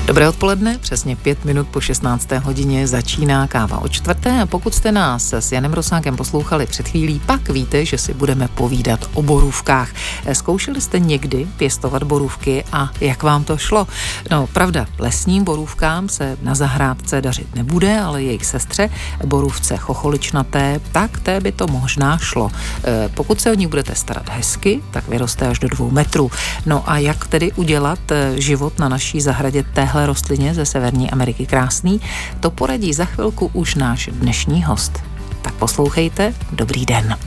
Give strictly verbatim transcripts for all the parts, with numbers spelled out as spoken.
Dobré odpoledne, přesně pět minut po šestnácté hodině začíná Káva o čtvrté a pokud jste nás s Janem Rosákem poslouchali před chvílí, pak víte, že si budeme povídat o borůvkách. Zkoušeli jste někdy pěstovat borůvky a jak vám to šlo? No, pravda, lesním borůvkám se na zahrádce dařit nebude, ale jejich sestře, borůvce chocholičnaté, tak té by to možná šlo. Pokud se o ní budete starat hezky, tak vyroste až do dvou metrů. No a jak tedy udělat život na naší zahradě téhle rostlině ze Severní Ameriky krásný, to poradí za chvilku už náš dnešní host. Tak poslouchejte, dobrý den.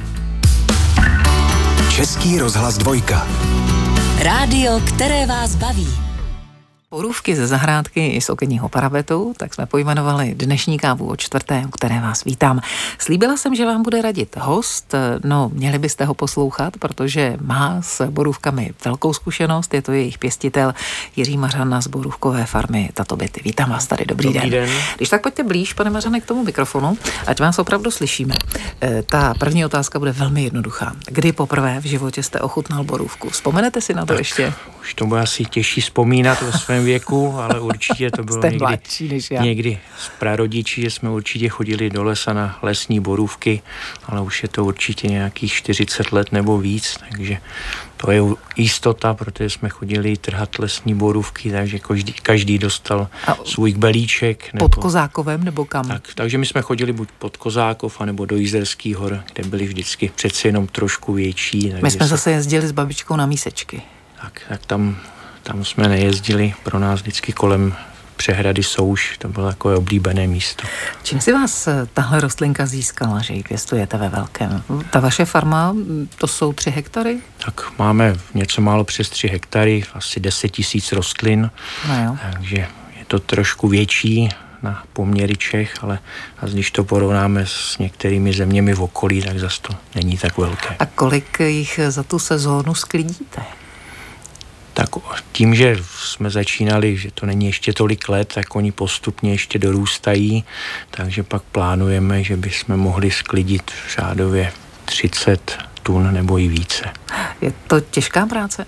Český rozhlas dvojka. Rádio, které vás baví. Borůvky ze zahrádky i z okenního parapetu, tak jsme pojmenovali dnešní Kávu o čtvrté, u které vás vítám. Slíbila jsem, že vám bude radit host, no měli byste ho poslouchat, protože má s borůvkami velkou zkušenost, je to jejich pěstitel Jiří Mařan z borůvkové farmy Tatobity. Vítám vás tady, dobrý, dobrý den. den. Když tak pojďte blíž, pane Mařane, k tomu mikrofonu, ať vás opravdu slyšíme. E, ta první otázka bude velmi jednoduchá. Kdy poprvé v životě jste ochutnal borůvku? Vzpomenete si na to tak, ještě? Už to bude asi těžší vzpomínat ve svém věku, ale určitě to bylo někdy, někdy z prarodičí, že jsme určitě chodili do lesa na lesní borůvky, ale už je to určitě nějakých čtyřicet let nebo víc, takže to je jistota, protože jsme chodili trhat lesní borůvky, takže každý, každý dostal a svůj kbelíček. Nebo, pod Kozákovem nebo kam? Tak, takže my jsme chodili buď pod Kozákov, anebo do Jizerských hor, kde byly vždycky přeci jenom trošku větší. My jsme zase jezdili s babičkou na mísečky. Tak, tak tam Tam jsme nejezdili, pro nás vždycky kolem přehrady Souš, to bylo takové oblíbené místo. Čím si vás tahle rostlinka získala, že ji pěstujete ve velkém? Ta vaše farma, to jsou tři hektary? Tak máme něco málo přes tři hektary, asi deset tisíc rostlin, no jo. Takže je to trošku větší na poměry Čech, ale a když to porovnáme s některými zeměmi v okolí, tak zase to není tak velké. A kolik jich za tu sezónu sklidíte? Tak tím, že jsme začínali, že to není ještě tolik let, tak oni postupně ještě dorůstají, takže pak plánujeme, že bychom mohli sklidit řádově třicet tun nebo i více. Je to těžká práce?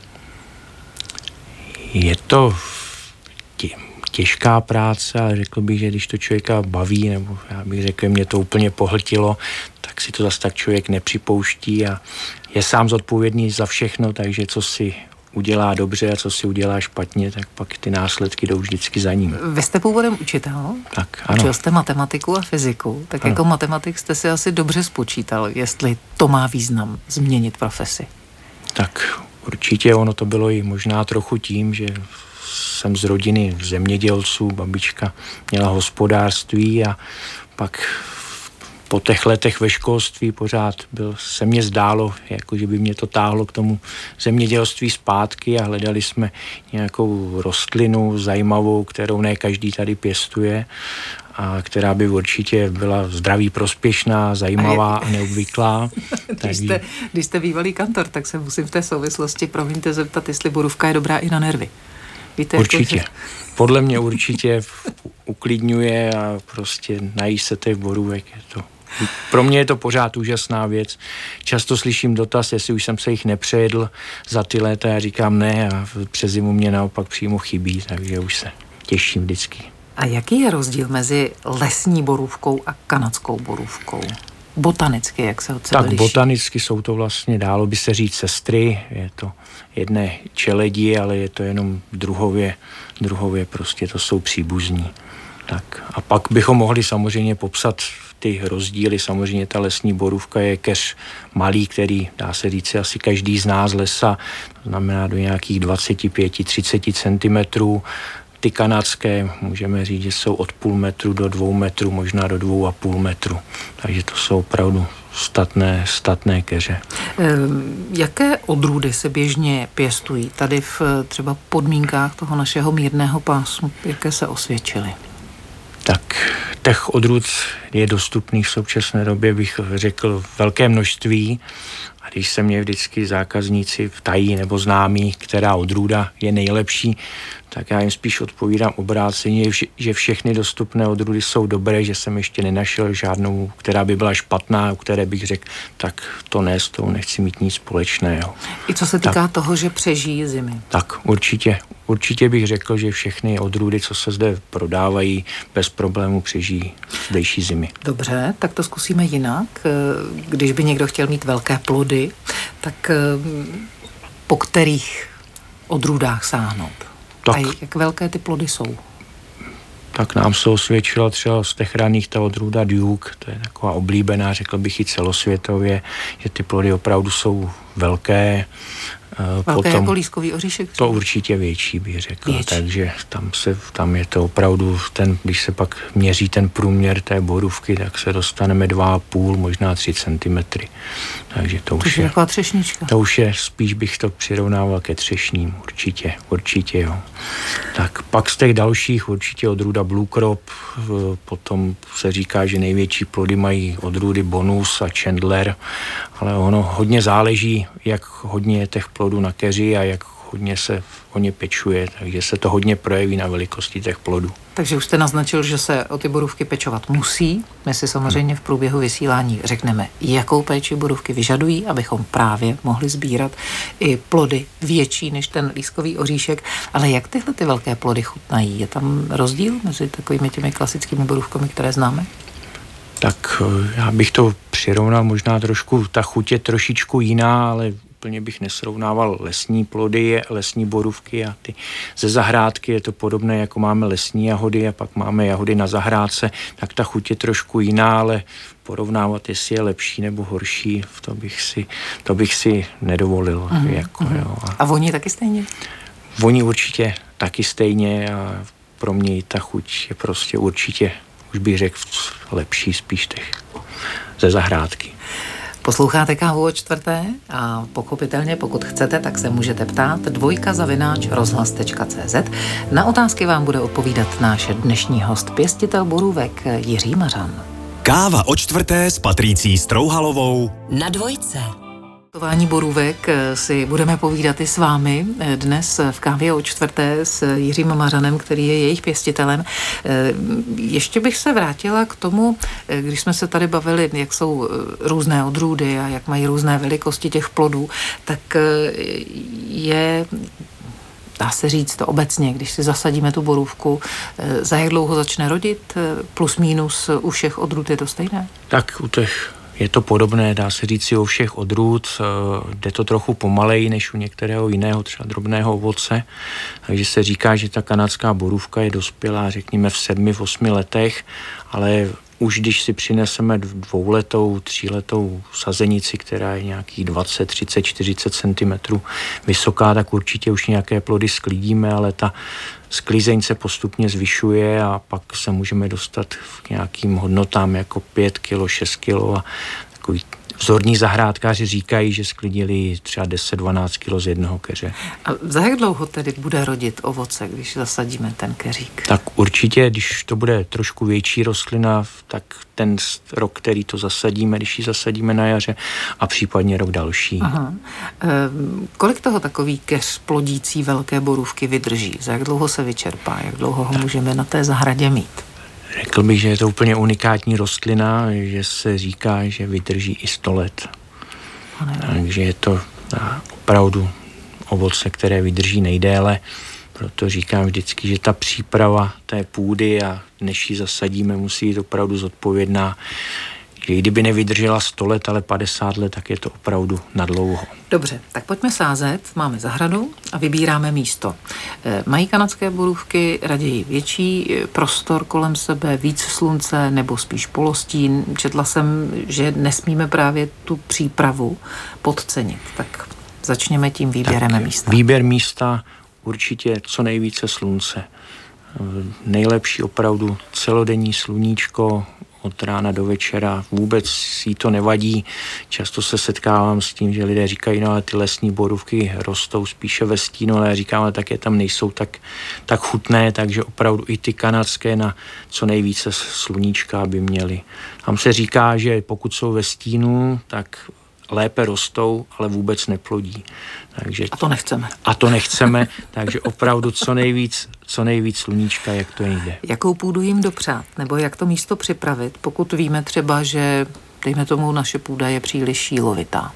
Je to tě, těžká práce, ale řekl bych, že když to člověka baví, nebo já bych řekl, mě to úplně pohltilo, tak si to zase tak člověk nepřipouští a je sám zodpovědný za všechno, takže co si udělá dobře a co si udělá špatně, tak pak ty následky jdou vždycky za ním. Vy jste původem učitel? Tak, ano. Učil jste matematiku a fyziku, tak ano. Jako matematik jste si asi dobře spočítal, jestli to má význam změnit profesi. Tak určitě ono to bylo i možná trochu tím, že jsem z rodiny zemědělců, babička měla hospodářství a pak po těch letech ve školství pořád byl, se mně zdálo, jako že by mě to táhlo k tomu zemědělství zpátky a hledali jsme nějakou rostlinu zajímavou, kterou ne každý tady pěstuje a která by určitě byla zdraví prospěšná, zajímavá a, a neobvyklá. když, jste, když jste bývalý kantor, tak se musím v té souvislosti, promiňte, zeptat, jestli borůvka je dobrá i na nervy. Víte, určitě. Podle mě určitě uklidňuje a prostě nají se těch borůvek. Je to, pro mě je to pořád úžasná věc. Často slyším dotaz, jestli už jsem se jich nepřejedl za ty léta. Já říkám ne a přes zimu mě naopak přímo chybí, takže už se těším vždycky. A jaký je rozdíl mezi lesní borůvkou a kanadskou borůvkou? Botanicky, jak se od sebe Tak liší? Botanicky jsou to vlastně, dálo by se říct, sestry. Je to jedné čeledi, ale je to jenom druhově, druhově prostě to jsou příbuzní. Tak a pak bychom mohli samozřejmě popsat ty rozdíly. Samozřejmě ta lesní borůvka je keř malý, který dá se říct asi každý zná z lesa, to znamená do nějakých dvacet pět až třicet centimetrů. Ty kanadské můžeme říct, že jsou od půl metru do dvou metrů, možná do dvou a půl metru. Takže to jsou opravdu statné, statné keře. Jaké odrůdy se běžně pěstují tady v třeba podmínkách toho našeho mírného pásu? Jaké se osvědčily? Tak těch odrůd je dostupných v současné době, bych řekl, velké množství. A když se mě vždycky zákazníci ptají nebo známí, která odrůda je nejlepší, tak já jim spíš odpovídám obráceně, že všechny dostupné odrůdy jsou dobré, že jsem ještě nenašel žádnou, která by byla špatná, u které bych řekl, tak to ne, s tou nechci mít nic společného. I co se týká tak, toho, že přežijí zimy. Tak určitě. Určitě bych řekl, že všechny odrůdy, co se zde prodávají, bez problému přežijí zdejší zimy. Dobře, tak to zkusíme jinak. Když by někdo chtěl mít velké plody, tak po kterých odrůdách sáhnout? Tak, a jak velké ty plody jsou? Tak nám se osvědčila třeba z těch raných ta odrůda Duke, to je taková oblíbená, řekl bych i celosvětově, že ty plody opravdu jsou velké. Velké Potom, jako lískový oříšek? To určitě větší, bych řekl. Větší. Takže tam, se, tam je to opravdu, ten, když se pak měří ten průměr té borůvky, tak se dostaneme dva a půl, možná tři centimetry. Takže to, to už je taková třešnička. To už je, spíš bych to přirovnával ke třešním, určitě, určitě jo. Tak pak z těch dalších určitě odrůda Blue Crop, potom se říká, že největší plody mají odrůdy Bonus a Chandler, ale ono hodně záleží, jak hodně je těch plodů na keři a jak hodně se o ně pečuje, takže se to hodně projeví na velikosti těch plodů. Takže už jste naznačil, že se o ty borůvky pečovat musí. My si samozřejmě v průběhu vysílání řekneme, jakou péči borůvky vyžadují, abychom právě mohli sbírat i plody větší než ten lískový oříšek. Ale jak tyhle ty velké plody chutnají? Je tam rozdíl mezi takovými těmi klasickými borůvkami, které známe? Tak já bych to přirovnal možná trošku, ta chuť je trošičku jiná, ale úplně bych nesrovnával lesní plody, lesní borůvky a ty ze zahrádky je to podobné, jako máme lesní jahody a pak máme jahody na zahrádce, tak ta chuť je trošku jiná, ale porovnávat, jestli je lepší nebo horší, to bych si, to bych si nedovolil. Mm, jako, mm. Jo. A voní taky stejně? Voní určitě taky stejně a pro mě ta chuť je prostě určitě, už bych řekl, lepší spíš těch ze zahrádky. Posloucháte Kávu o čtvrté a pochopitelně, pokud chcete, tak se můžete ptát dvojka zavináč rozhlas tečka cé zet. Na otázky vám bude odpovídat náš dnešní host, pěstitel borůvek Jiří Mařan. Káva o čtvrté s Patricí Strouhalovou na dvojce. Pěstování borůvek si budeme povídat i s vámi dnes v Kávě o čtvrté s Jiřím Mařanem, který je jejich pěstitelem. Ještě bych se vrátila k tomu, když jsme se tady bavili, jak jsou různé odrůdy a jak mají různé velikosti těch plodů, tak je, dá se říct to obecně, když si zasadíme tu borůvku, za jak dlouho začne rodit, plus minus u všech odrůd je to stejné? Tak u těch je to podobné, dá se říct si o všech odrůd, jde to trochu pomaleji než u některého jiného, třeba drobného ovoce, takže se říká, že ta kanadská borůvka je dospělá, řekněme v sedmi, v osmi letech, ale už když si přineseme dvouletou, tříletou sazenici, která je nějakých dvacet, třicet, čtyřicet centimetrů vysoká, tak určitě už nějaké plody sklidíme, ale ta sklizeň se postupně zvyšuje a pak se můžeme dostat k nějakým hodnotám jako pět kilo, šest kilo a takový vzorní zahrádkáři říkají, že sklidili třeba deset dvanáct kilo z jednoho keře. A za jak dlouho tedy bude rodit ovoce, když zasadíme ten keřík? Tak určitě, když to bude trošku větší rostlina, tak ten rok, který to zasadíme, když ji zasadíme na jaře a případně rok další. Aha. E, kolik toho takový keř plodící velké borůvky vydrží? Za jak dlouho se vyčerpá? Jak dlouho ho můžeme na té zahradě mít? Řekl bych, že je to úplně unikátní rostlina, že se říká, že vydrží i sto let. Takže je to opravdu ovoce, které vydrží nejdéle. Proto říkám vždycky, že ta příprava té půdy a než ji zasadíme, musí být opravdu zodpovědná. Že i kdyby nevydržela sto let, ale padesát let, tak je to opravdu nadlouho. Dobře, tak pojďme sázet. Máme zahradu a vybíráme místo. Mají kanadské borůvky raději větší prostor kolem sebe, víc slunce nebo spíš polostín? Četla jsem, že nesmíme právě tu přípravu podcenit. Tak začněme tím výběrem tak místa. Výběr místa určitě co nejvíce slunce. Nejlepší opravdu celodenní sluníčko, od rána do večera, vůbec jí to nevadí. Často se setkávám s tím, že lidé říkají, no ale ty lesní borůvky rostou spíše ve stínu, ale já říkám, ale také tam nejsou tak, tak chutné, takže opravdu i ty kanadské na co nejvíce sluníčka by měly. Tam se říká, že pokud jsou ve stínu, tak lépe rostou, ale vůbec neplodí. Takže, a to nechceme. A to nechceme, takže opravdu co nejvíc, co nejvíc sluníčka, jak to jde. Jakou půdu jim dopřát, nebo jak to místo připravit, pokud víme třeba, že dejme tomu naše půda je příliš šílovitá?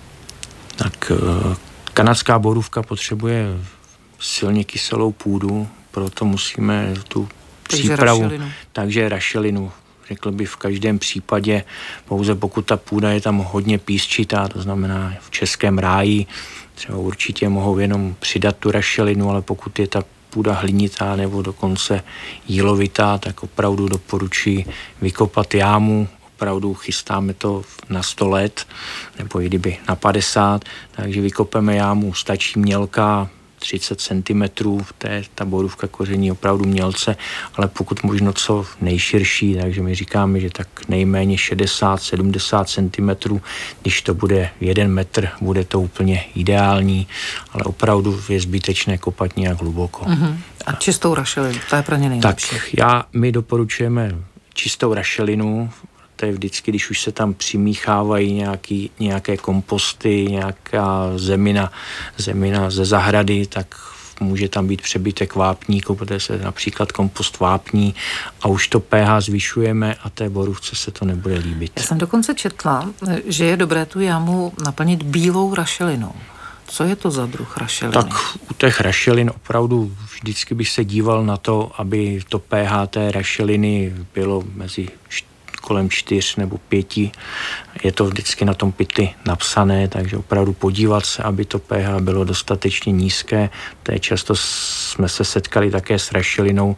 Tak kanadská borůvka potřebuje silně kyselou půdu, proto musíme tu takže přípravu, rašelinu. takže rašelinu. Řekl bych v každém případě, pouze pokud ta půda je tam hodně písčitá, to znamená v českém ráji, třeba určitě mohou jenom přidat tu rašelinu, ale pokud je ta půda hlinitá nebo dokonce jílovitá, tak opravdu doporučuji vykopat jámu. Opravdu chystáme to na sto let, nebo i kdyby na padesát, takže vykopeme jámu, stačí mělká, třicet centimetrů, to je ta borůvka koření opravdu mělce, ale pokud možno co nejširší, takže my říkáme, že tak nejméně šedesát sedmdesát centimetrů, když to bude jeden metr, bude to úplně ideální, ale opravdu je zbytečné kopat nějak hluboko. Uh-huh. A čistou rašelinu, to je pro ně nejlepší. Tak já, my doporučujeme čistou rašelinu. To je vždycky, když už se tam přimíchávají nějaký, nějaké komposty, nějaká zemina, zemina ze zahrady, tak může tam být přebytek vápníku, protože se například kompost vápní a už to pH zvyšujeme a té borůvce se to nebude líbit. Já jsem dokonce četla, že je dobré tu jámu naplnit bílou rašelinou. Co je to za druh rašeliny? Tak u těch rašelin opravdu vždycky bych se díval na to, aby to pH té rašeliny bylo mezi kolem čtyř nebo pěti. Je to vždycky na tom pytli napsané, takže opravdu podívat se, aby to pH bylo dostatečně nízké. To je často jsme se setkali také s rašelinou,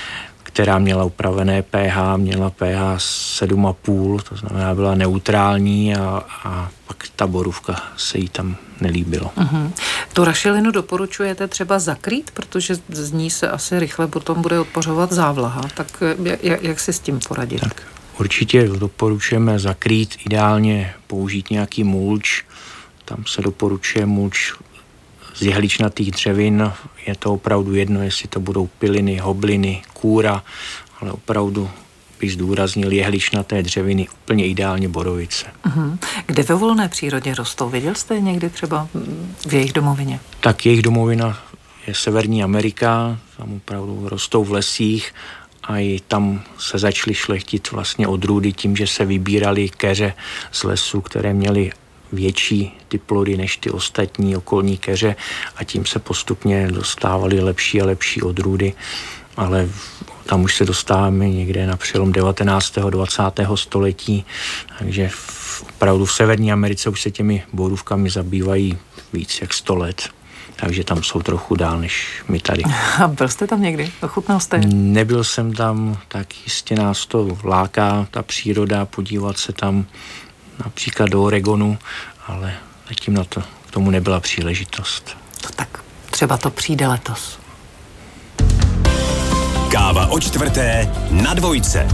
která měla upravené pH, měla pH sedm a půl, to znamená byla neutrální a, a pak ta borůvka se jí tam nelíbilo. Uh-huh. Tu rašelinu doporučujete třeba zakrýt, protože z ní se asi rychle potom bude odpořovat závlaha, tak jak, jak si s tím poradit? Tak. Určitě doporučujeme zakrýt, ideálně použít nějaký mulč. Tam se doporučuje mulč z jehličnatých dřevin. Je to opravdu jedno, jestli to budou piliny, hobliny, kůra, ale opravdu bych zdůraznil jehličnaté dřeviny, úplně ideálně borovice. Uh-huh. Kde ve volné přírodě rostou? Viděl jste někdy třeba v jejich domovině? Tak jejich domovina je Severní Amerika, tam opravdu rostou v lesích, a i tam se začaly šlechtit vlastně odrůdy tím, že se vybíraly keře z lesu, které měly větší ty plody než ty ostatní okolní keře a tím se postupně dostávaly lepší a lepší odrůdy, ale tam už se dostáváme někde na přelom devatenáctého dvacátého století, takže opravdu v Severní Americe už se těmi borůvkami zabývají víc jak sto let. Takže tam jsou trochu dál než my tady. A byl jste tam někdy? Ochutnal jste? Nebyl jsem tam, tak jistě nás to láká, ta příroda, podívat se tam například do Oregonu, ale zatím na to, k tomu nebyla příležitost. To tak třeba to přijde letos. Káva o čtvrté na dvojce.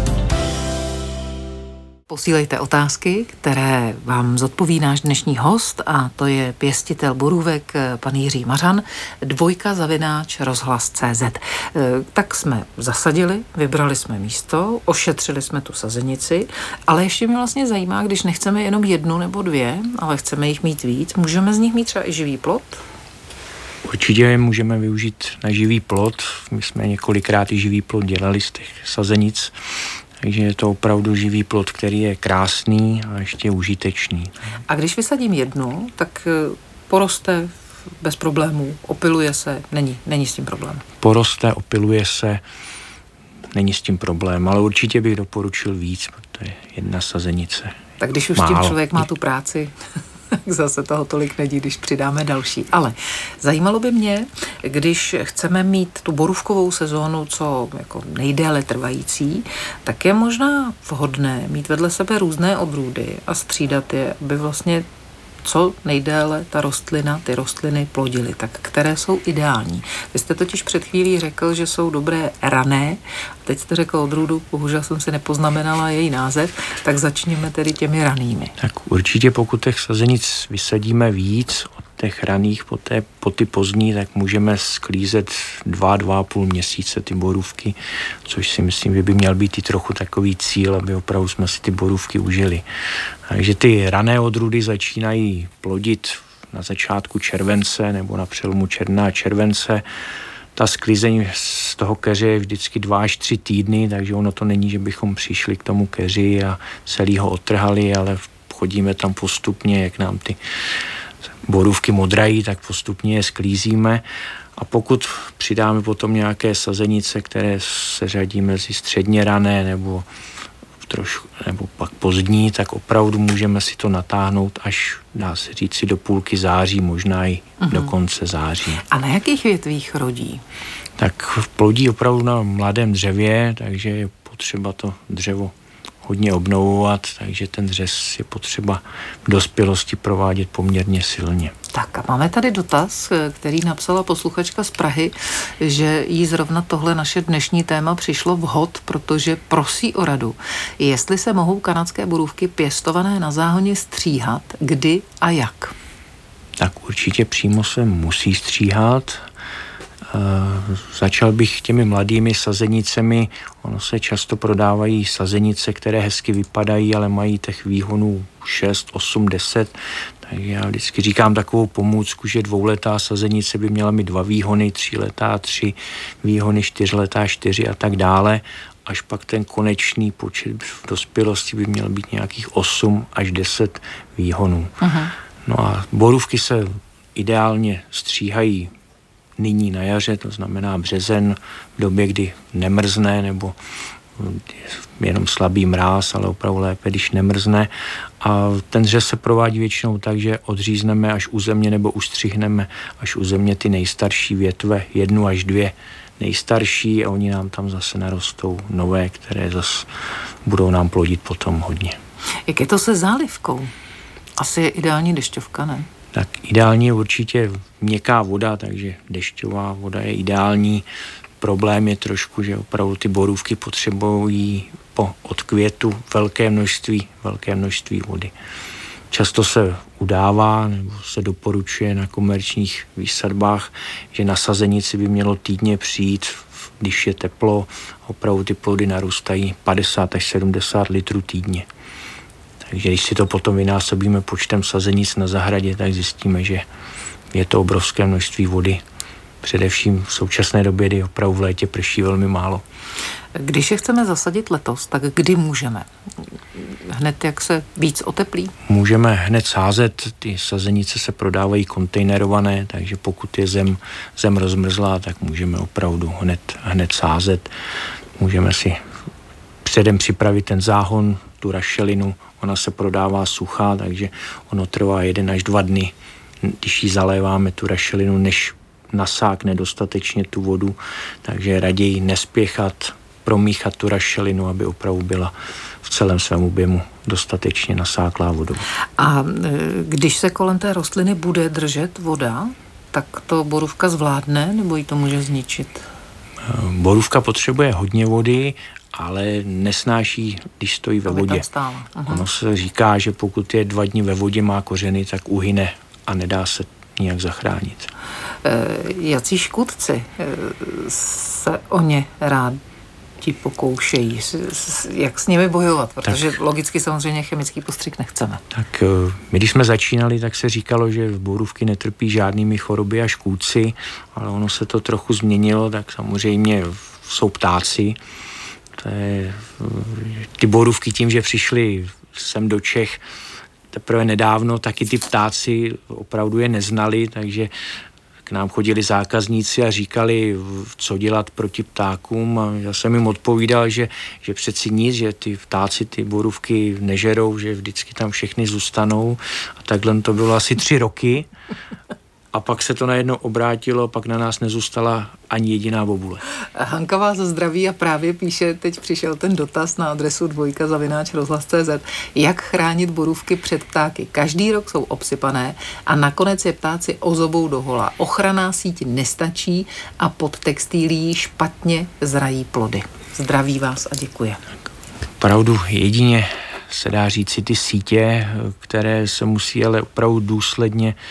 Posílejte otázky, které vám zodpoví náš dnešní host a to je pěstitel borůvek pan Jiří Mařan, dvojka zavináč rozhlas tečka cé zet. Tak jsme zasadili, vybrali jsme místo, ošetřili jsme tu sazenici, ale ještě mě vlastně zajímá, když nechceme jenom jednu nebo dvě, ale chceme jich mít víc, můžeme z nich mít třeba i živý plod? Určitě je můžeme využít na živý plod. My jsme několikrát i živý plod dělali z těch sazenic. Takže je to opravdu živý plod, který je krásný a ještě užitečný. A když vysadím jednu, tak poroste bez problémů, opiluje se, není, není s tím problém. Poroste, opiluje se, není s tím problém, ale určitě bych doporučil víc, protože jedna sazenice. Tak když už málo. S tím člověk má tu práci, zase toho tolik nedí, když přidáme další. Ale zajímalo by mě, když chceme mít tu borůvkovou sezónu co jako nejdéle trvající, tak je možná vhodné mít vedle sebe různé odrůdy a střídat je, aby vlastně co nejdéle ta rostlina, ty rostliny plodily, tak které jsou ideální. Vy jste totiž před chvílí řekl, že jsou dobré rané, teď jste řekl odrůdu, bohužel jsem si nepoznamenala její název, tak začněme tedy těmi ranými. Tak určitě pokud těch sazenic vysadíme víc, od těch raných, po, té, po ty pozdní, tak můžeme sklízet dva, dva a půl měsíce ty borůvky, což si myslím, že by měl být i trochu takový cíl, aby opravdu jsme si ty borůvky užili. Takže ty rané odrůdy začínají plodit na začátku července nebo na přelomu června a července. Ta sklizeň z toho keře je vždycky dva až tři týdny, takže ono to není, že bychom přišli k tomu keři a celý ho odtrhali, ale chodíme tam postupně, jak nám ty borůvky modrají, tak postupně je sklízíme. A pokud přidáme potom nějaké sazenice, které se řadí mezi středně rané nebo trošku, nebo pak pozdní, tak opravdu můžeme si to natáhnout až, dá se říct, si do půlky září, možná i uh-huh. do konce září. A na jakých větvích rodí? Tak plodí opravdu na mladém dřevě, takže je potřeba to dřevo hodně obnovovat, takže ten řez je potřeba v dospělosti provádět poměrně silně. Tak a máme tady dotaz, který napsala posluchačka z Prahy, že jí zrovna tohle naše dnešní téma přišlo vhod, protože prosí o radu, jestli se mohou kanadské borůvky pěstované na záhoně stříhat, kdy a jak. Tak určitě přímo se musí stříhat. Uh, začal bych těmi mladými sazenicemi. Ono se často prodávají sazenice, které hezky vypadají, ale mají těch výhonů šest, osm, deset. Takže já vždycky říkám takovou pomůcku, že dvouletá sazenice by měla mít dva výhony, tříletá tři výhony, čtyřletá čtyři a tak dále. Až pak ten konečný počet v dospělosti by měl být nějakých osm až deset výhonů. Uh-huh. No a borůvky se ideálně stříhají nyní na jaře, to znamená březen, v době, kdy nemrzne nebo jenom slabý mráz, ale opravdu lépe, když nemrzne. A ten řez se provádí většinou tak, že odřízneme až u země nebo ustřihneme až u země ty nejstarší větve, jednu až dvě nejstarší a oni nám tam zase narostou nové, které zase budou nám plodit potom hodně. Jak je to se zálivkou? Asi je ideální dešťovka, ne? Tak ideální je určitě měkká voda, takže dešťová voda je ideální. Problém je trošku, že opravdu ty borůvky potřebují po odkvětu velké množství, velké množství vody. Často se udává nebo se doporučuje na komerčních výsadbách, že na sazenici by mělo týdně přijít, když je teplo, opravdu ty plody narůstají padesát až sedmdesát litrů týdně. Takže když si to potom vynásobíme počtem sazenic na zahradě, tak zjistíme, že je to obrovské množství vody. Především v současné době, kdy opravdu v létě prší velmi málo. Když je chceme zasadit letos, tak kdy můžeme? Hned jak se víc oteplí? Můžeme hned sázet, ty sazenice se prodávají kontejnerované, takže pokud je zem, zem rozmrzlá, tak můžeme opravdu hned, hned sázet. Můžeme si předem připravit ten záhon, tu rašelinu, ona se prodává suchá, takže ono trvá jeden až dva dny, když ji zaléváme tu rašelinu, než nasákne dostatečně tu vodu, takže raději nespěchat, promíchat tu rašelinu, aby opravdu byla v celém svém objemu dostatečně nasáklá vodou. A když se kolem té rostliny bude držet voda, tak to borůvka zvládne, nebo ji to může zničit? Borůvka potřebuje hodně vody, ale nesnáší, když stojí ve vodě. Ono se říká, že pokud je dva dny ve vodě, má kořeny, tak uhyne a nedá se nijak zachránit. Jací škůdci se o ně rádi pokoušejí? Jak s nimi bojovat? Protože tak, logicky samozřejmě chemický postřik nechceme. Tak my, když jsme začínali, tak se říkalo, že borůvky netrpí žádnými choroby a škůdci, ale ono se to trochu změnilo, tak samozřejmě jsou ptáci. To je, ty borůvky tím, že přišly sem do Čech teprve nedávno, taky ty ptáci opravdu je neznali, takže k nám chodili zákazníci a říkali, co dělat proti ptákům a já jsem jim odpovídal, že, že přeci nic, že ty ptáci ty borůvky nežerou, že vždycky tam všechny zůstanou a takhle to bylo asi tři roky a pak se to najednou obrátilo, pak na nás nezůstala ani jediná bobule. Hanka vás zdraví a právě píše, teď přišel ten dotaz na adresu dvojka zavináč rozhlas tečka cé zet. Jak chránit borůvky před ptáky? Každý rok jsou obsypané a nakonec je ptáci ozobou dohola. Ochranná síť nestačí a pod textilií špatně zrají plody. Zdraví vás a děkuje. Opravdu jedině se dá říci ty sítě, které se musí ale opravdu důsledně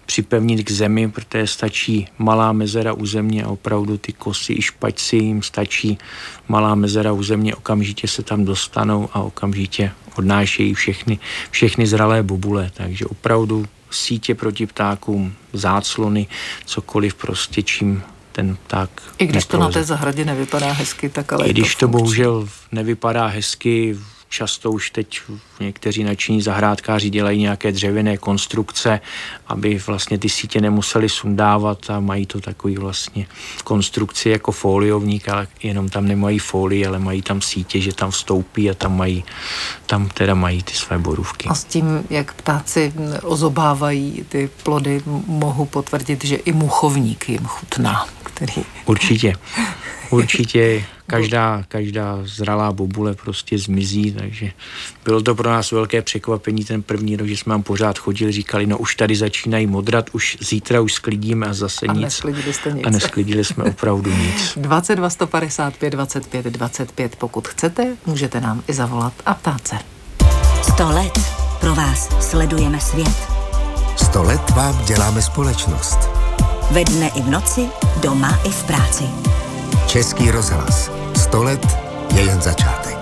připevnit k zemi, protože stačí malá mezera u země a opravdu ty kosy i špačci jim stačí malá mezera u země, okamžitě se tam dostanou a okamžitě odnášejí všechny, všechny zralé bobule, takže opravdu sítě proti ptákům, záclony, cokoliv prostě, čím ten pták I když neproleze. to na té zahradě nevypadá hezky, tak ale I když to, to bohužel nevypadá hezky, často už teď někteří nadšení zahrádkáři dělají nějaké dřevěné konstrukce, aby vlastně ty sítě nemuseli sundávat a mají to takový vlastně konstrukci jako foliovník, ale jenom tam nemají folii, ale mají tam sítě, že tam vstoupí a tam mají, tam teda mají ty své borůvky. A s tím, jak ptáci ozobávají ty plody, mohu potvrdit, že i muchovník jim chutná, který... Určitě. Určitě každá, každá zralá bobule prostě zmizí, takže bylo to pro nás velké překvapení ten první rok, že jsme tam pořád chodili, říkali, no už tady začínají modrat, už zítra už sklidíme a zase a nic. nesklidili jste nic. A nesklidili jsme opravdu nic. dvacet dva sto padesát pět dvacet pět dvacet pět, pokud chcete, můžete nám i zavolat a ptát se. Sto let pro vás sledujeme svět. Sto let vám děláme společnost. Ve dne i v noci, doma i v práci. Český rozhlas. Sto let je jen začátek.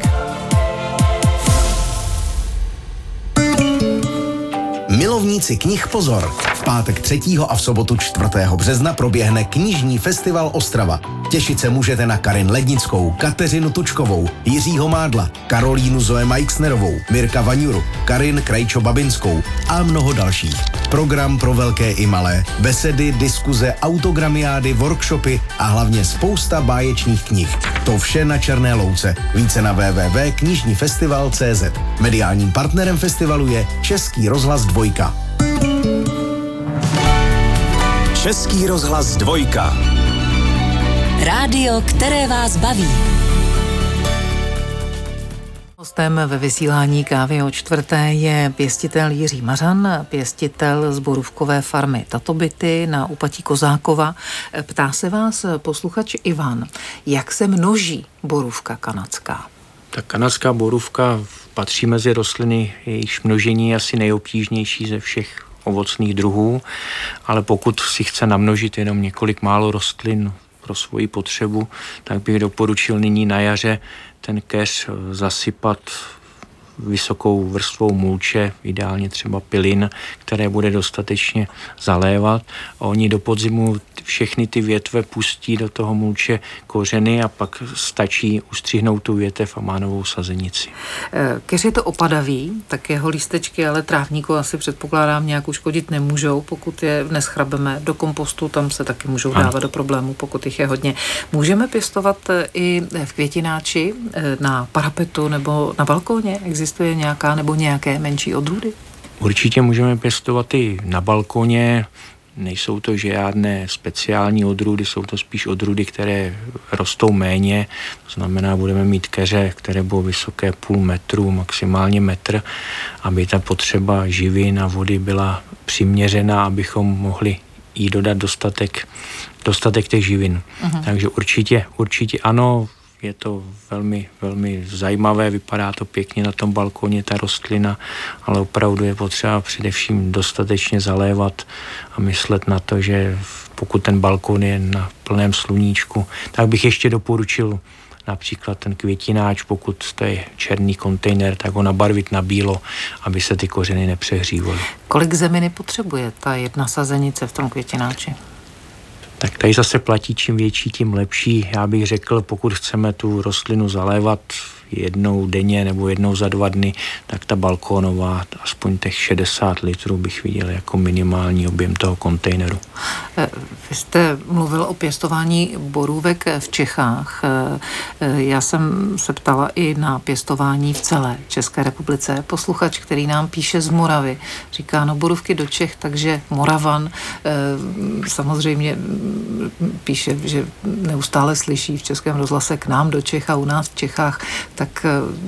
Milovníci knih pozor! V pátek třetího a v sobotu čtvrtého března proběhne knižní festival Ostrava. Těšit se můžete na Karin Lednickou, Kateřinu Tučkovou, Jiřího Mádla, Karolínu Zoe Majksnerovou, Mirka Vaňuru, Karin Krajčo-Babinskou a mnoho dalších. Program pro velké i malé, besedy, diskuze, autogramiády, workshopy a hlavně spousta báječných knih. To vše na Černé louce. Více na w w w tečka knižní festival tečka cé zet. Mediálním partnerem festivalu je Český rozhlas Dvojka. Český rozhlas Dvojka. Rádio, které vás baví. Hostem ve vysílání Kávy o čtvrté je pěstitel Jiří Mařan, pěstitel z borůvkové farmy Tatobyty na úpatí Kozákova. Ptá se vás posluchač Ivan, jak se množí borůvka kanadská? Ta kanadská borůvka patří mezi rostliny, jejichž množení je asi nejobtížnější ze všech ovocných druhů, ale pokud si chce namnožit jenom několik málo rostlin pro svoji potřebu, tak bych doporučil nyní na jaře ten keř zasypat vysokou vrstvou mulče, ideálně třeba pilin, které bude dostatečně zalévat a oni do podzimu všechny ty větve pustí do toho mulče kořeny a pak stačí ustřihnout tu větev a má novou sazenici. Keř je to opadavý, tak jeho lístečky, ale trávníku asi předpokládám nějak uškodit nemůžou, pokud je neschrabeme do kompostu, tam se taky můžou dávat do problémů, pokud jich je hodně. Můžeme pěstovat i v květináči, na parapetu nebo na balkóně? Existuje nějaká nebo nějaké menší odrůdy? Určitě můžeme pěstovat i na balkoně. Nejsou to žádné speciální odrůdy, jsou to spíš odrůdy, které rostou méně. To znamená, budeme mít keře, které budou vysoké půl metru, maximálně metr, aby ta potřeba živin a vody byla přiměřená, abychom mohli jí dodat dostatek, dostatek těch živin. Uh-huh. Takže určitě, určitě ano, je to velmi, velmi zajímavé, vypadá to pěkně na tom balkoně, ta rostlina, ale opravdu je potřeba především dostatečně zalévat a myslet na to, že pokud ten balkon je na plném sluníčku, tak bych ještě doporučil například ten květináč, pokud to je černý kontejner, tak ho nabarvit na bílo, aby se ty kořeny nepřehřívaly. Kolik zeminy potřebuje ta jedna sazenice v tom květináči? Tak tady zase platí, čím větší, tím lepší. Já bych řekl, pokud chceme tu rostlinu zalévat jednou denně nebo jednou za dva dny, tak ta balkónová, aspoň těch šedesát litrů bych viděl jako minimální objem toho kontejneru. Vy jste mluvil o pěstování borůvek v Čechách. Já jsem se ptala i na pěstování v celé České republice. Posluchač, který nám píše z Moravy, říká, no borůvky do Čech, takže Moravan samozřejmě píše, že neustále slyší v Českém rozhlase k nám do Čech a u nás v Čechách, tak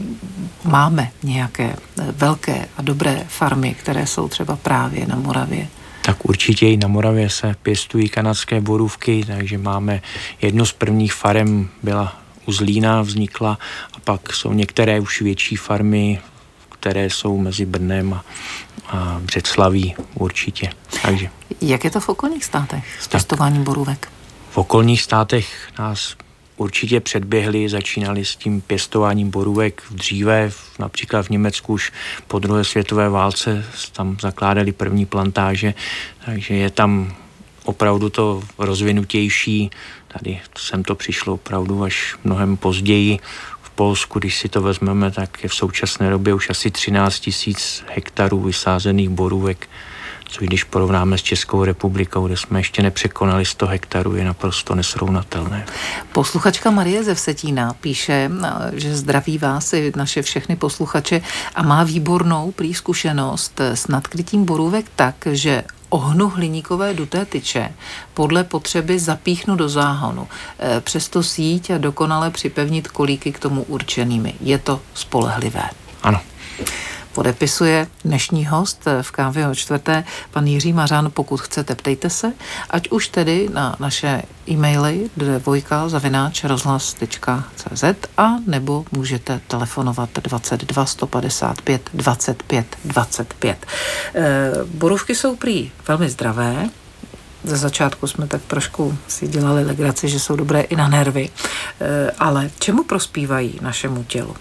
máme nějaké velké a dobré farmy, které jsou třeba právě na Moravě. Tak určitě i na Moravě se pěstují kanadské borůvky, takže máme jednu z prvních farem byla u Zlína, vznikla a pak jsou některé už větší farmy, které jsou mezi Brnem a, a Břeclaví určitě. Takže. Jak je to v okolních státech s pěstováním borůvek? V okolních státech nás určitě předběhli, začínali s tím pěstováním borůvek dříve, například v Německu už po druhé světové válce tam zakládali první plantáže, takže je tam opravdu to rozvinutější. Tady sem to přišlo opravdu až mnohem později. V Polsku, když si to vezmeme, tak je v současné době už asi třináct tisíc hektarů vysázených borůvek, co když porovnáme s Českou republikou, kde jsme ještě nepřekonali sto hektarů, je naprosto nesrovnatelné. Posluchačka Marie ze Vsetína píše, že zdraví vás i naše všechny posluchače a má výbornou prý zkušenost s nadkrytím borůvek tak, že ohnu hliníkové duté tyče podle potřeby zapíchnu do záhonu, přesto síť a dokonale připevnit kolíky k tomu určenými. Je to spolehlivé? Ano. Podepisuje dnešní host v Kávě o čtvrté, pan Jiří Mařan. Pokud chcete, ptejte se, ať už tedy na naše e-maily dvojka zavináč rozhlas tečka cé zet a nebo můžete telefonovat dvacet dva sto padesát pět dvacet pět dvacet pět. E, borůvky jsou prý velmi zdravé. Ze začátku jsme tak trošku si dělali legraci, že jsou dobré i na nervy. E, ale čemu prospívají našemu tělu?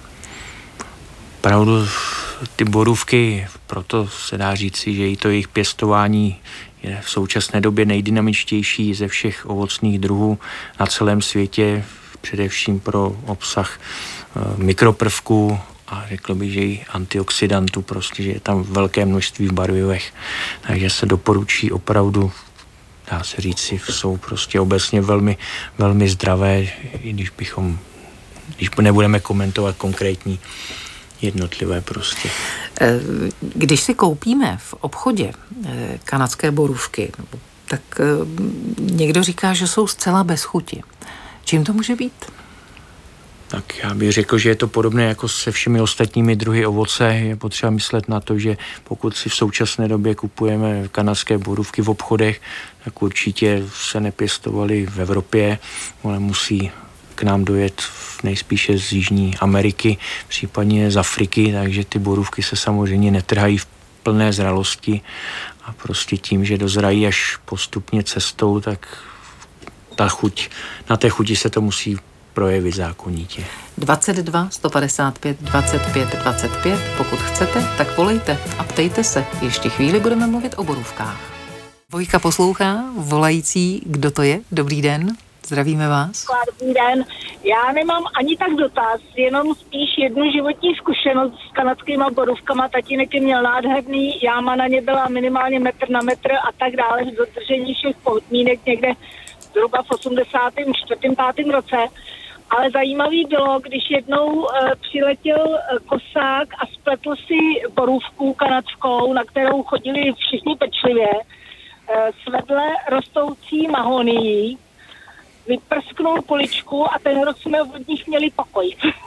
Pravdu, ty borůvky, proto se dá říci, že i to jejich pěstování je v současné době nejdynamičtější ze všech ovocných druhů na celém světě, především pro obsah e, mikroprvků a řekl bych, že i antioxidantů, prostě, že je tam velké množství v barvivech, takže se doporučí opravdu, dá se říci, jsou prostě obecně velmi, velmi zdravé, i když bychom, když nebudeme komentovat konkrétní jednotlivé prostě. Když si koupíme v obchodě kanadské borůvky, tak někdo říká, že jsou zcela bez chuti. Čím to může být? Tak já bych řekl, že je to podobné jako se všemi ostatními druhy ovoce. Je potřeba myslet na to, že pokud si v současné době kupujeme kanadské borůvky v obchodech, tak určitě se nepěstovaly v Evropě, ale musí k nám dojet nejspíše z Jižní Ameriky, případně z Afriky, takže ty borůvky se samozřejmě netrhají v plné zralosti a prostě tím, že dozrají až postupně cestou, tak ta chuť, na té chuti se to musí projevit zákonitě. dvacet dva sto padesát pět dvacet pět dvacet pět, pokud chcete, tak volejte a ptejte se. Ještě chvíli budeme mluvit o borůvkách. Vojka poslouchá, volající, kdo to je? Dobrý den. Zdravíme vás. Dobrý den. Já nemám ani tak dotaz, jenom spíš jednu životní zkušenost s kanadskýma borůvkama. Tatínek je měl nádherný, jáma na ně byla minimálně metr na metr a tak dále v dodržení všech podmínek někde zhruba v osmdesátém čtvrtém pátém roce. Ale zajímavý bylo, když jednou e, přiletěl e, kosák a spletl si borůvku kanadskou, na kterou chodili všichni pečlivě, e, svedle rostoucí mahonií, vyprsknul poličku a ten rok jsme od nich měli pokoj.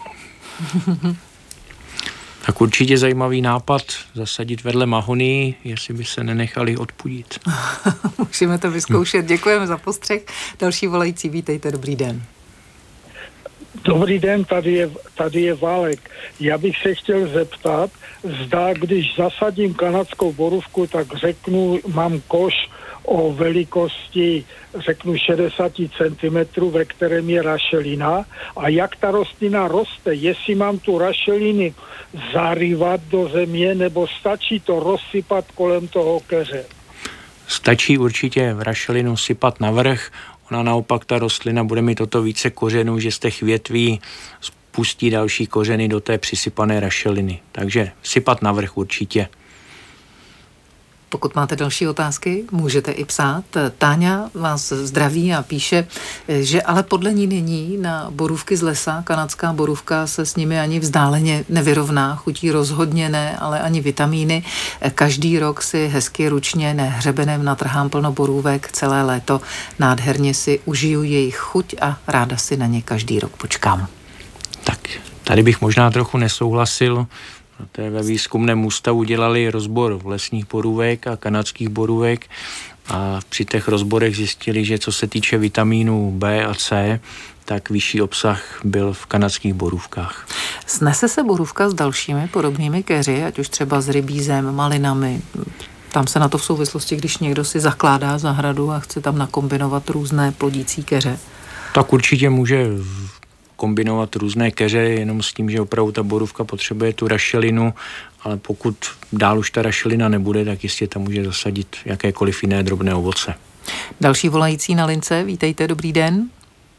Tak určitě zajímavý nápad zasadit vedle mahonii, jestli by se nenechali odpudit. Musíme to vyzkoušet. Děkujeme za postřeh. Další volající, vítejte, dobrý den. Dobrý den, tady je, tady je Válek. Já bych se chtěl zeptat, zda když zasadím kanadskou borůvku, tak řeknu, mám koš o velikosti, řeknu, šedesát centimetrů, ve kterém je rašelina a jak ta rostlina roste, jestli mám tu rašeliny zarývat do země, nebo stačí to rozsypat kolem toho keře. Stačí určitě rašelinu sypat na vrch, ona naopak, ta rostlina bude mít toto více kořenů, že z těch větví spustí další kořeny do té přisypané rašeliny. Takže sypat na vrch určitě. Pokud máte další otázky, můžete i psát. Táňa vás zdraví a píše, že ale podle ní není na borůvky z lesa. Kanadská borůvka se s nimi ani vzdáleně nevyrovná. Chutí rozhodně ne, ale ani vitamíny. Každý rok si hezky ručně nehřebenem natrhám plno borůvek celé léto. Nádherně si užiju jejich chuť a ráda si na ně každý rok počkám. Tak tady bych možná trochu nesouhlasil. Protože ve výzkumném ústavu dělali rozbor lesních borůvek a kanadských borůvek a při těch rozborech zjistili, že co se týče vitamínů B a C, tak vyšší obsah byl v kanadských borůvkách. Snese se borůvka s dalšími podobnými keři, ať už třeba s rybízem, malinami? Tam se na to v souvislosti, když někdo si zakládá zahradu a chce tam nakombinovat různé plodící keře. Tak určitě může kombinovat různé keře, jenom s tím, že opravdu ta borůvka potřebuje tu rašelinu, ale pokud dál už ta rašelina nebude, tak jistě tam může zasadit jakékoliv jiné drobné ovoce. Další volající na lince, vítejte, dobrý den.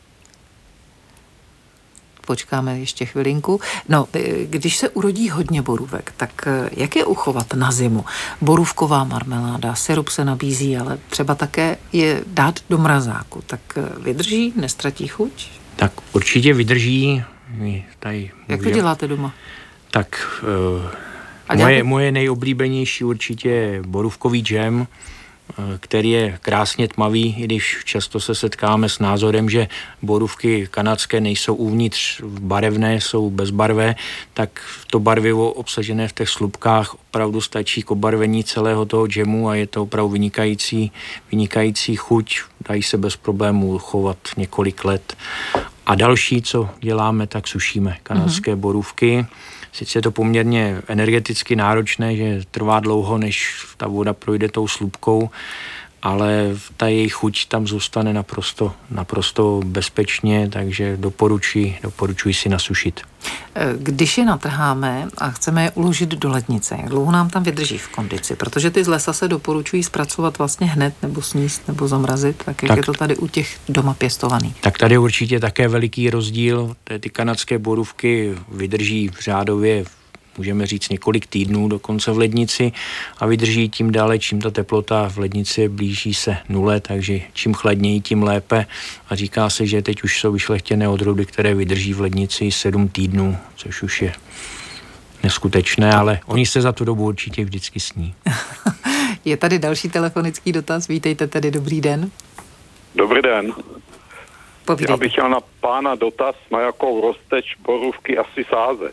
Počkáme ještě chvilinku. No, když se urodí hodně borůvek, tak jak je uchovat na zimu? Borůvková marmeláda, sirup se nabízí, ale třeba také je dát do mrazáku. Tak vydrží, nestratí chuť? Tak určitě vydrží. My tady jak to děláte doma? Tak uh, moje, moje nejoblíbenější určitě je borůvkový džem, který je krásně tmavý, i když často se setkáme s názorem, že borůvky kanadské nejsou uvnitř barevné, jsou bezbarvé, tak to barvivo obsažené v těch slupkách opravdu stačí k obarvení celého toho džemu a je to opravdu vynikající, vynikající chuť, dají se bez problémů chovat několik let. A další, co děláme, tak sušíme kanadské mm-hmm. borůvky. Sice je to poměrně energeticky náročné, že trvá dlouho, než ta voda projde tou slupkou, ale ta její chuť tam zůstane naprosto, naprosto bezpečně, takže doporučuji, doporučuji si nasušit. Když je natrháme a chceme je uložit do lednice, jak dlouho nám tam vydrží v kondici? Protože ty z lesa se doporučují zpracovat vlastně hned, nebo sníst, nebo zamrazit, tak jak tak, je to tady u těch doma pěstovaných? Tak tady určitě také veliký rozdíl. Ty kanadské borůvky vydrží v řádově, můžeme říct, několik týdnů dokonce v lednici a vydrží tím dále, čím ta teplota v lednici blíží se nule, takže čím chladněji, tím lépe. A říká se, že teď už jsou vyšlechtěné odrůdy, které vydrží v lednici sedm týdnů, což už je neskutečné, ale oni se za tu dobu určitě vždycky sní. Je tady další telefonický dotaz, vítejte tedy, dobrý den. Dobrý den. Povídejte. Já bych chtěl na pána dotaz, na jakou rozteč borůvky asi sázet.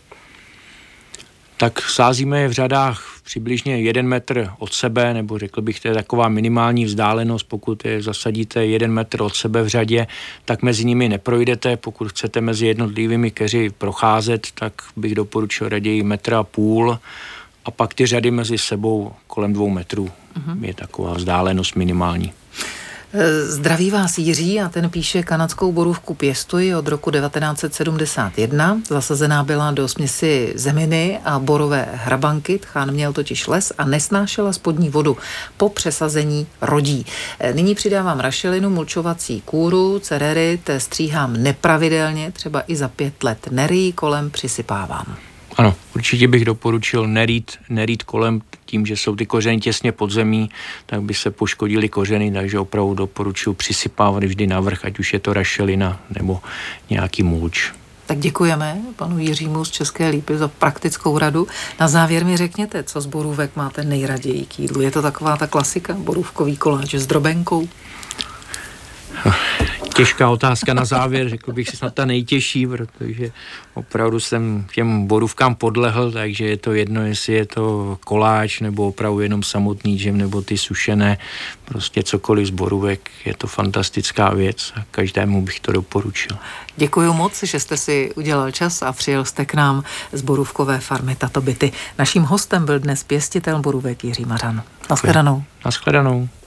Tak sázíme je v řadách přibližně jeden metr od sebe, nebo řekl bych, to je taková minimální vzdálenost, pokud je zasadíte jeden metr od sebe v řadě, tak mezi nimi neprojdete, pokud chcete mezi jednotlivými keři procházet, tak bych doporučil raději metr a půl a pak ty řady mezi sebou kolem dvou metrů. Mm-hmm. Je taková vzdálenost minimální. Zdraví vás Jiří a ten píše: kanadskou borůvku pěstuji od roku devatenáct set sedmdesát jedna. Zasazená byla do směsi zeminy a borové hrabanky. Tchán měl totiž les a nesnášela spodní vodu. Po přesazení rodí. Nyní přidávám rašelinu, mulčovací kůru, cererit, stříhám nepravidelně, třeba i za pět let. Nerý kolem přisypávám. Ano, určitě bych doporučil nerít, nerít kolem, tím, že jsou ty kořeny těsně pod zemí, tak by se poškodily kořeny, takže opravdu doporučuji přisypávat vždy navrch, ať už je to rašelina nebo nějaký mulč. Tak děkujeme panu Jiřímu z České Lípy za praktickou radu. Na závěr mi řekněte, co z borůvek máte nejraději k jídlu. Je to taková ta klasika, borůvkový koláč s drobenkou? Těžká otázka na závěr, řekl bych si snad ta nejtěžší, protože opravdu jsem těm borůvkám podlehl, takže je to jedno, jestli je to koláč nebo opravdu jenom samotný džem nebo ty sušené, prostě cokoliv z borůvek, je to fantastická věc a každému bych to doporučil. Děkuji moc, že jste si udělal čas a přijel jste k nám z borůvkové farmy Tato byty. Naším hostem byl dnes pěstitel borůvek Jiří Mařan. Naschledanou. Naschledanou.